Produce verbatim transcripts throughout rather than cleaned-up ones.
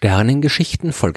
Sternengeschichten Folge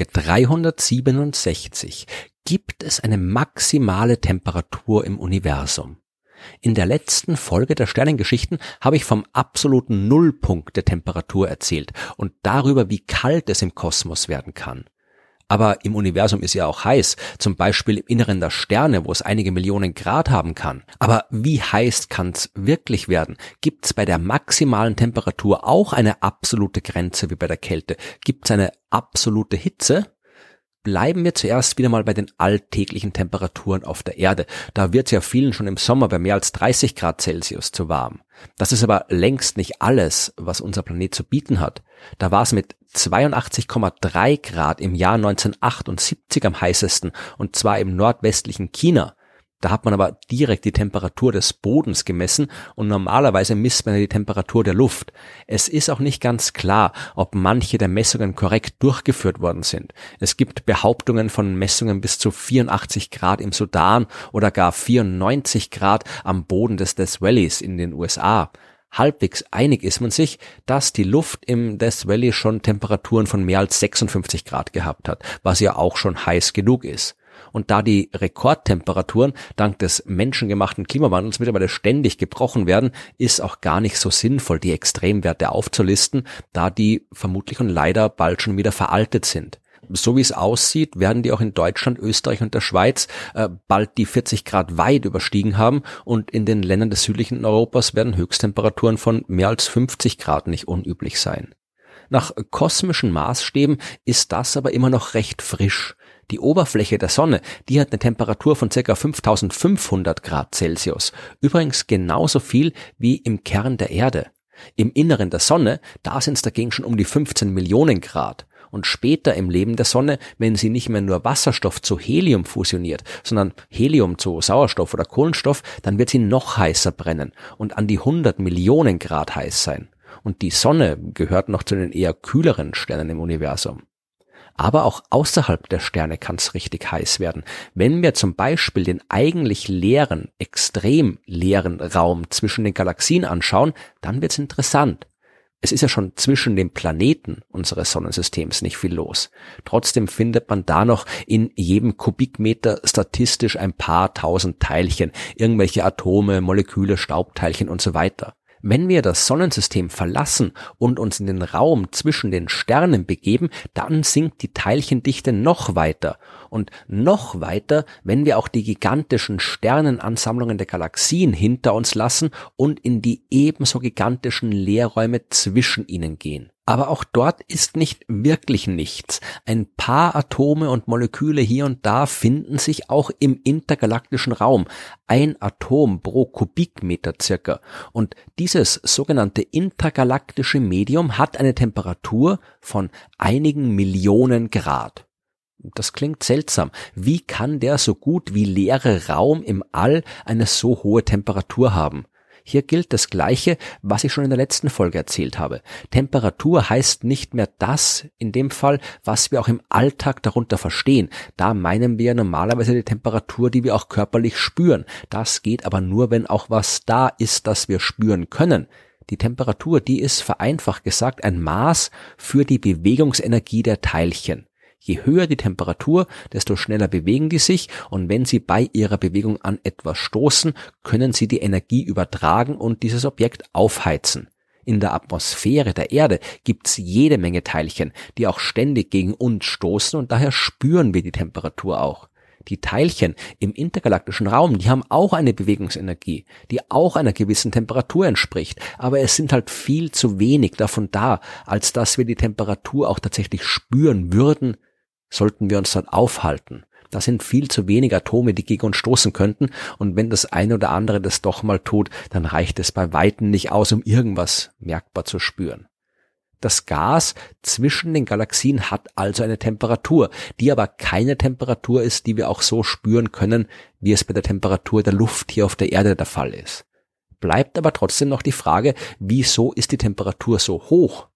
dreihundertsiebenundsechzig. Gibt es eine maximale Temperatur im Universum? In der letzten Folge der Sternengeschichten habe ich vom absoluten Nullpunkt der Temperatur erzählt und darüber, wie kalt es im Kosmos werden kann. Aber im Universum ist ja auch heiß, zum Beispiel im Inneren der Sterne, wo es einige Millionen Grad haben kann. Aber wie heiß kann es wirklich werden? Gibt es bei der maximalen Temperatur auch eine absolute Grenze wie bei der Kälte? Gibt es eine absolute Hitze? Bleiben wir zuerst wieder mal bei den alltäglichen Temperaturen auf der Erde. Da wird es ja vielen schon im Sommer bei mehr als dreißig Grad Celsius zu warm. Das ist aber längst nicht alles, was unser Planet zu bieten hat. Da war es mit zweiundachtzig Komma drei Grad im Jahr neunzehnhundertachtundsiebzig am heißesten, und zwar im nordwestlichen China. Da hat man aber direkt die Temperatur des Bodens gemessen und normalerweise misst man ja die Temperatur der Luft. Es ist auch nicht ganz klar, ob manche der Messungen korrekt durchgeführt worden sind. Es gibt Behauptungen von Messungen bis zu vierundachtzig Grad im Sudan oder gar vierundneunzig Grad am Boden des Death Valleys in den U S A. Halbwegs einig ist man sich, dass die Luft im Death Valley schon Temperaturen von mehr als sechsundfünfzig Grad gehabt hat, was ja auch schon heiß genug ist. Und da die Rekordtemperaturen dank des menschengemachten Klimawandels mittlerweile ständig gebrochen werden, ist auch gar nicht so sinnvoll, die Extremwerte aufzulisten, da die vermutlich und leider bald schon wieder veraltet sind. So wie es aussieht, werden die auch in Deutschland, Österreich und der Schweiz äh, bald die vierzig Grad weit überstiegen haben, und in den Ländern des südlichen Europas werden Höchsttemperaturen von mehr als fünfzig Grad nicht unüblich sein. Nach kosmischen Maßstäben ist das aber immer noch recht frisch. Die Oberfläche der Sonne, die hat eine Temperatur von ca. fünftausendfünfhundert Grad Celsius. Übrigens genauso viel wie im Kern der Erde. Im Inneren der Sonne, da sind es dagegen schon um die fünfzehn Millionen Grad. Und später im Leben der Sonne, wenn sie nicht mehr nur Wasserstoff zu Helium fusioniert, sondern Helium zu Sauerstoff oder Kohlenstoff, dann wird sie noch heißer brennen und an die hundert Millionen Grad heiß sein. Und die Sonne gehört noch zu den eher kühleren Sternen im Universum. Aber auch außerhalb der Sterne kann es richtig heiß werden. Wenn wir zum Beispiel den eigentlich leeren, extrem leeren Raum zwischen den Galaxien anschauen, dann wird's interessant. Es ist ja schon zwischen den Planeten unseres Sonnensystems nicht viel los. Trotzdem findet man da noch in jedem Kubikmeter statistisch ein paar tausend Teilchen, irgendwelche Atome, Moleküle, Staubteilchen und so weiter. Wenn wir das Sonnensystem verlassen und uns in den Raum zwischen den Sternen begeben, dann sinkt die Teilchendichte noch weiter. Und noch weiter, wenn wir auch die gigantischen Sternenansammlungen der Galaxien hinter uns lassen und in die ebenso gigantischen Leerräume zwischen ihnen gehen. Aber auch dort ist nicht wirklich nichts. Ein paar Atome und Moleküle hier und da finden sich auch im intergalaktischen Raum. Ein Atom pro Kubikmeter circa. Und dieses sogenannte intergalaktische Medium hat eine Temperatur von einigen Millionen Grad. Das klingt seltsam. Wie kann der so gut wie leere Raum im All eine so hohe Temperatur haben? Hier gilt das Gleiche, was ich schon in der letzten Folge erzählt habe. Temperatur heißt nicht mehr das, in dem Fall, was wir auch im Alltag darunter verstehen. Da meinen wir normalerweise die Temperatur, die wir auch körperlich spüren. Das geht aber nur, wenn auch was da ist, das wir spüren können. Die Temperatur, die ist vereinfacht gesagt ein Maß für die Bewegungsenergie der Teilchen. Je höher die Temperatur, desto schneller bewegen die sich, und wenn sie bei ihrer Bewegung an etwas stoßen, können sie die Energie übertragen und dieses Objekt aufheizen. In der Atmosphäre der Erde gibt's jede Menge Teilchen, die auch ständig gegen uns stoßen, und daher spüren wir die Temperatur auch. Die Teilchen im intergalaktischen Raum, die haben auch eine Bewegungsenergie, die auch einer gewissen Temperatur entspricht, aber es sind halt viel zu wenig davon da, als dass wir die Temperatur auch tatsächlich spüren würden, sollten wir uns dort aufhalten. Da sind viel zu wenig Atome, die gegen uns stoßen könnten, und wenn das eine oder andere das doch mal tut, dann reicht es bei Weitem nicht aus, um irgendwas merkbar zu spüren. Das Gas zwischen den Galaxien hat also eine Temperatur, die aber keine Temperatur ist, die wir auch so spüren können, wie es bei der Temperatur der Luft hier auf der Erde der Fall ist. Bleibt aber trotzdem noch die Frage, wieso ist die Temperatur so hoch?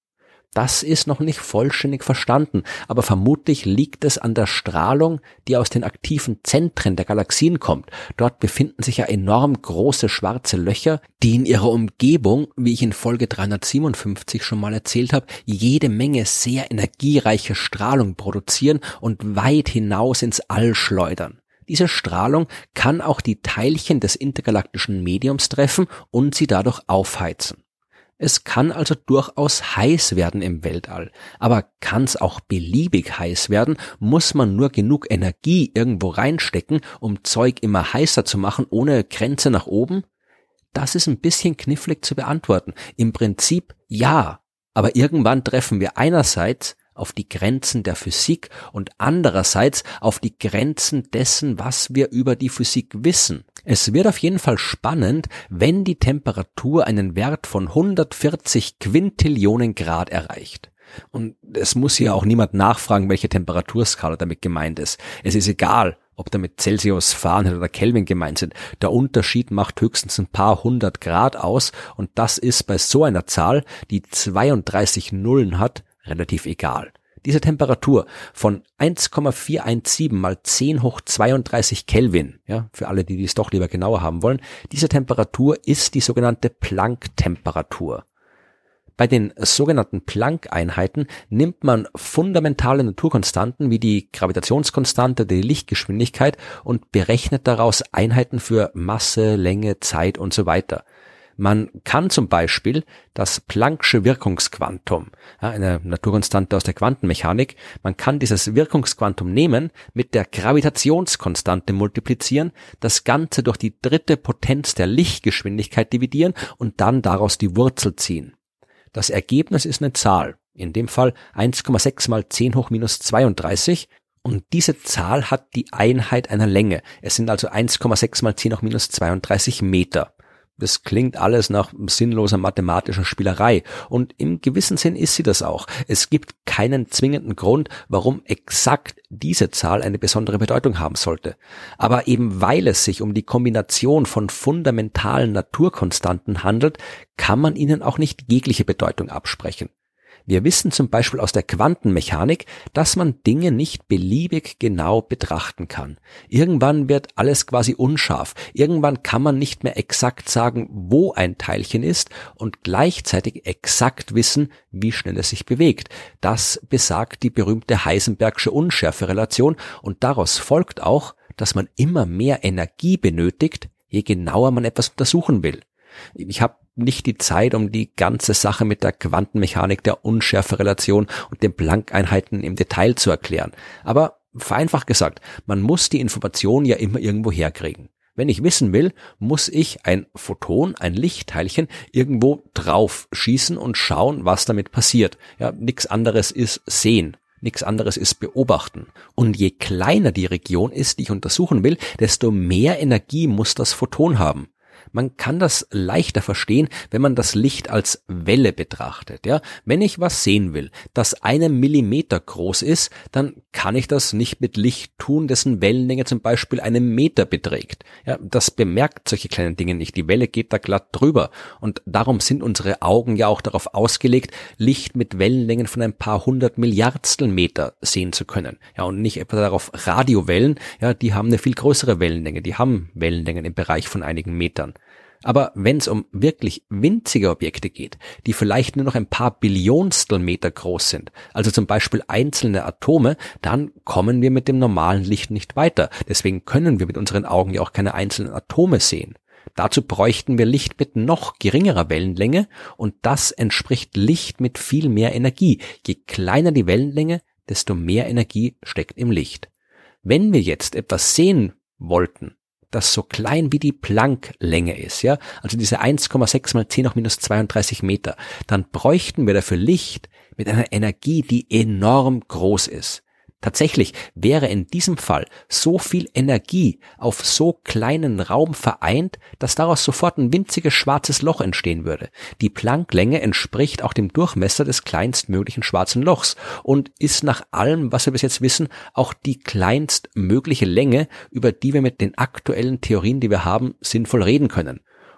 Das ist noch nicht vollständig verstanden, aber vermutlich liegt es an der Strahlung, die aus den aktiven Zentren der Galaxien kommt. Dort befinden sich ja enorm große schwarze Löcher, die in ihrer Umgebung, wie ich in Folge dreihundertsiebenundfünfzig schon mal erzählt habe, jede Menge sehr energiereiche Strahlung produzieren und weit hinaus ins All schleudern. Diese Strahlung kann auch die Teilchen des intergalaktischen Mediums treffen und sie dadurch aufheizen. Es kann also durchaus heiß werden im Weltall, aber kann es auch beliebig heiß werden, muss man nur genug Energie irgendwo reinstecken, um Zeug immer heißer zu machen, ohne Grenze nach oben? Das ist ein bisschen knifflig zu beantworten. Im Prinzip ja, aber irgendwann treffen wir einerseits auf die Grenzen der Physik und andererseits auf die Grenzen dessen, was wir über die Physik wissen. Es wird auf jeden Fall spannend, wenn die Temperatur einen Wert von hundertvierzig Quintillionen Grad erreicht. Und es muss hier auch niemand nachfragen, welche Temperaturskala damit gemeint ist. Es ist egal, ob damit Celsius, Fahrenheit oder Kelvin gemeint sind. Der Unterschied macht höchstens ein paar hundert Grad aus und das ist bei so einer Zahl, die zweiunddreißig Nullen hat, relativ egal. Diese Temperatur von eins Komma vierhundertsiebzehn mal zehn hoch zweiunddreißig Kelvin, ja, für alle, die dies doch lieber genauer haben wollen, diese Temperatur ist die sogenannte Planck-Temperatur. Bei den sogenannten Planck-Einheiten nimmt man fundamentale Naturkonstanten wie die Gravitationskonstante, die Lichtgeschwindigkeit und berechnet daraus Einheiten für Masse, Länge, Zeit und so weiter. Man kann zum Beispiel das Planck'sche Wirkungsquantum, eine Naturkonstante aus der Quantenmechanik, man kann dieses Wirkungsquantum nehmen, mit der Gravitationskonstante multiplizieren, das Ganze durch die dritte Potenz der Lichtgeschwindigkeit dividieren und dann daraus die Wurzel ziehen. Das Ergebnis ist eine Zahl, in dem Fall eins Komma sechs mal zehn hoch minus zweiunddreißig, und diese Zahl hat die Einheit einer Länge. Es sind also eins Komma sechs mal zehn hoch minus zweiunddreißig Meter. Das klingt alles nach sinnloser mathematischer Spielerei und im gewissen Sinn ist sie das auch. Es gibt keinen zwingenden Grund, warum exakt diese Zahl eine besondere Bedeutung haben sollte. Aber eben weil es sich um die Kombination von fundamentalen Naturkonstanten handelt, kann man ihnen auch nicht jegliche Bedeutung absprechen. Wir wissen zum Beispiel aus der Quantenmechanik, dass man Dinge nicht beliebig genau betrachten kann. Irgendwann wird alles quasi unscharf. Irgendwann kann man nicht mehr exakt sagen, wo ein Teilchen ist und gleichzeitig exakt wissen, wie schnell es sich bewegt. Das besagt die berühmte Heisenbergsche Unschärferelation und daraus folgt auch, dass man immer mehr Energie benötigt, je genauer man etwas untersuchen will. Ich habe nicht die Zeit, um die ganze Sache mit der Quantenmechanik, der Unschärferelation und den Planck-Einheiten im Detail zu erklären. Aber vereinfacht gesagt, man muss die Information ja immer irgendwo herkriegen. Wenn ich wissen will, muss ich ein Photon, ein Lichtteilchen, irgendwo drauf schießen und schauen, was damit passiert. Ja, nichts anderes ist sehen. Nichts anderes ist beobachten. Und je kleiner die Region ist, die ich untersuchen will, desto mehr Energie muss das Photon haben. Man kann das leichter verstehen, wenn man das Licht als Welle betrachtet. Ja, wenn ich was sehen will, das einen Millimeter groß ist, dann kann ich das nicht mit Licht tun, dessen Wellenlänge zum Beispiel einen Meter beträgt. Ja, das bemerkt solche kleinen Dinge nicht. Die Welle geht da glatt drüber. Und darum sind unsere Augen ja auch darauf ausgelegt, Licht mit Wellenlängen von ein paar hundert Milliardstel Meter sehen zu können. Ja, und nicht etwa darauf Radiowellen. Ja, die haben eine viel größere Wellenlänge. Die haben Wellenlängen im Bereich von einigen Metern. Aber wenn es um wirklich winzige Objekte geht, die vielleicht nur noch ein paar Billionstel Meter groß sind, also zum Beispiel einzelne Atome, dann kommen wir mit dem normalen Licht nicht weiter. Deswegen können wir mit unseren Augen ja auch keine einzelnen Atome sehen. Dazu bräuchten wir Licht mit noch geringerer Wellenlänge und das entspricht Licht mit viel mehr Energie. Je kleiner die Wellenlänge, desto mehr Energie steckt im Licht. Wenn wir jetzt etwas sehen wollten, das so klein wie die Planck-Länge ist, ja, also diese eins Komma sechs mal zehn hoch minus zweiunddreißig Meter, dann bräuchten wir dafür Licht mit einer Energie, die enorm groß ist. Tatsächlich wäre in diesem Fall so viel Energie auf so kleinen Raum vereint, dass daraus sofort ein winziges schwarzes Loch entstehen würde. Die Planck-Länge entspricht auch dem Durchmesser des kleinstmöglichen schwarzen Lochs und ist nach allem, was wir bis jetzt wissen, auch die kleinstmögliche Länge, über die wir mit den aktuellen Theorien, die wir haben, sinnvoll reden können.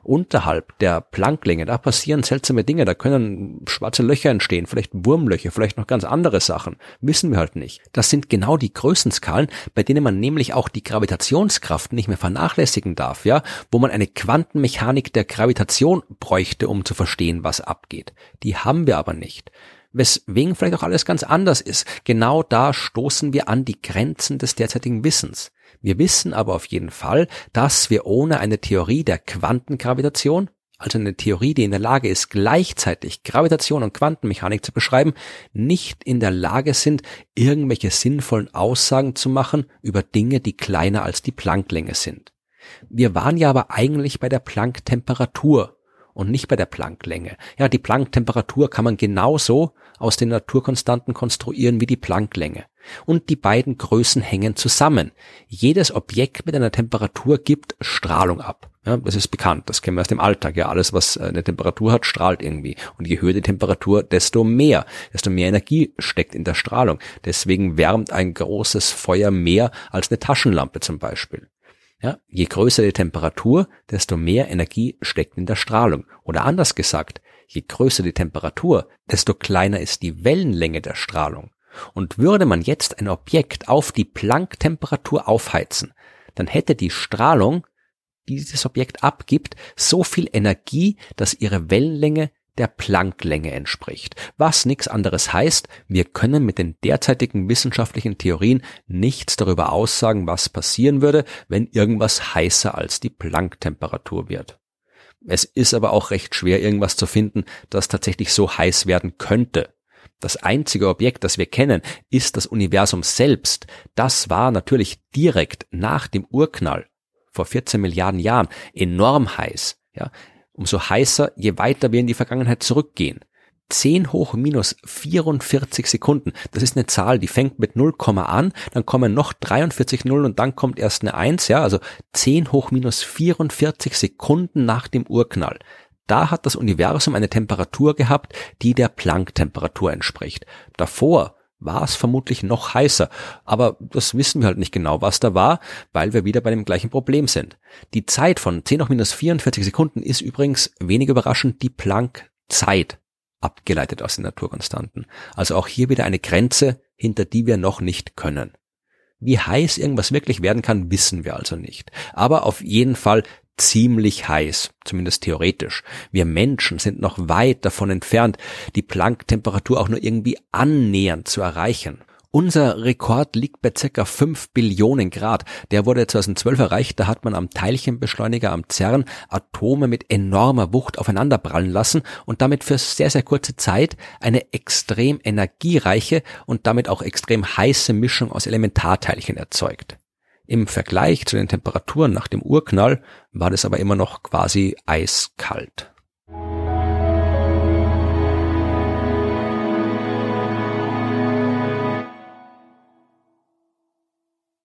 Unterhalb der Plancklänge, da passieren seltsame Dinge, da können schwarze Löcher entstehen, vielleicht Wurmlöcher, vielleicht noch ganz andere Sachen, wissen wir halt nicht. Das sind genau die Größenskalen, bei denen man nämlich auch die Gravitationskraft nicht mehr vernachlässigen darf, ja, wo man eine Quantenmechanik der Gravitation bräuchte, um zu verstehen, was abgeht. Die haben wir aber nicht. Weswegen vielleicht auch alles ganz anders ist. Genau da stoßen wir an die Grenzen des derzeitigen Wissens. Wir wissen aber auf jeden Fall, dass wir ohne eine Theorie der Quantengravitation, also eine Theorie, die in der Lage ist, gleichzeitig Gravitation und Quantenmechanik zu beschreiben, nicht in der Lage sind, irgendwelche sinnvollen Aussagen zu machen über Dinge, die kleiner als die Plancklänge sind. Wir waren ja aber eigentlich bei der Planck-Temperatur und nicht bei der Plancklänge. Ja, die Planck-Temperatur kann man genauso aus den Naturkonstanten konstruieren wie die Plancklänge. Und die beiden Größen hängen zusammen. Jedes Objekt mit einer Temperatur gibt Strahlung ab. Ja, das ist bekannt, das kennen wir aus dem Alltag. Ja, alles, was eine Temperatur hat, strahlt irgendwie. Und je höher die Temperatur, desto mehr, desto mehr Energie steckt in der Strahlung. Deswegen wärmt ein großes Feuer mehr als eine Taschenlampe zum Beispiel. Ja, je größer die Temperatur, desto mehr Energie steckt in der Strahlung. Oder anders gesagt, je größer die Temperatur, desto kleiner ist die Wellenlänge der Strahlung. Und würde man jetzt ein Objekt auf die Planck-Temperatur aufheizen, dann hätte die Strahlung, die dieses Objekt abgibt, so viel Energie, dass ihre Wellenlänge der Plancklänge entspricht. Was nichts anderes heißt, wir können mit den derzeitigen wissenschaftlichen Theorien nichts darüber aussagen, was passieren würde, wenn irgendwas heißer als die Planck-Temperatur wird. Es ist aber auch recht schwer, irgendwas zu finden, das tatsächlich so heiß werden könnte. Das einzige Objekt, das wir kennen, ist das Universum selbst. Das war natürlich direkt nach dem Urknall vor vierzehn Milliarden Jahren enorm heiß. Ja, umso heißer, je weiter wir in die Vergangenheit zurückgehen. zehn hoch minus vierundvierzig Sekunden, das ist eine Zahl, die fängt mit null an, dann kommen noch dreiundvierzig Nullen und dann kommt erst eine eins, ja, also zehn hoch minus vierundvierzig Sekunden nach dem Urknall. Da hat das Universum eine Temperatur gehabt, die der Planck-Temperatur entspricht. Davor war es vermutlich noch heißer, aber das wissen wir halt nicht genau, was da war, weil wir wieder bei dem gleichen Problem sind. Die Zeit von zehn hoch minus vierundvierzig Sekunden ist übrigens wenig überraschend die Planck-Zeit, abgeleitet aus den Naturkonstanten. Also auch hier wieder eine Grenze, hinter die wir noch nicht können. Wie heiß irgendwas wirklich werden kann, wissen wir also nicht. Aber auf jeden Fall ziemlich heiß, zumindest theoretisch. Wir Menschen sind noch weit davon entfernt, die Planck-Temperatur auch nur irgendwie annähernd zu erreichen. Unser Rekord liegt bei circa fünf Billionen Grad. Der wurde zweitausendzwölf erreicht, da hat man am Teilchenbeschleuniger am CERN Atome mit enormer Wucht aufeinanderprallen lassen und damit für sehr, sehr kurze Zeit eine extrem energiereiche und damit auch extrem heiße Mischung aus Elementarteilchen erzeugt. Im Vergleich zu den Temperaturen nach dem Urknall war das aber immer noch quasi eiskalt.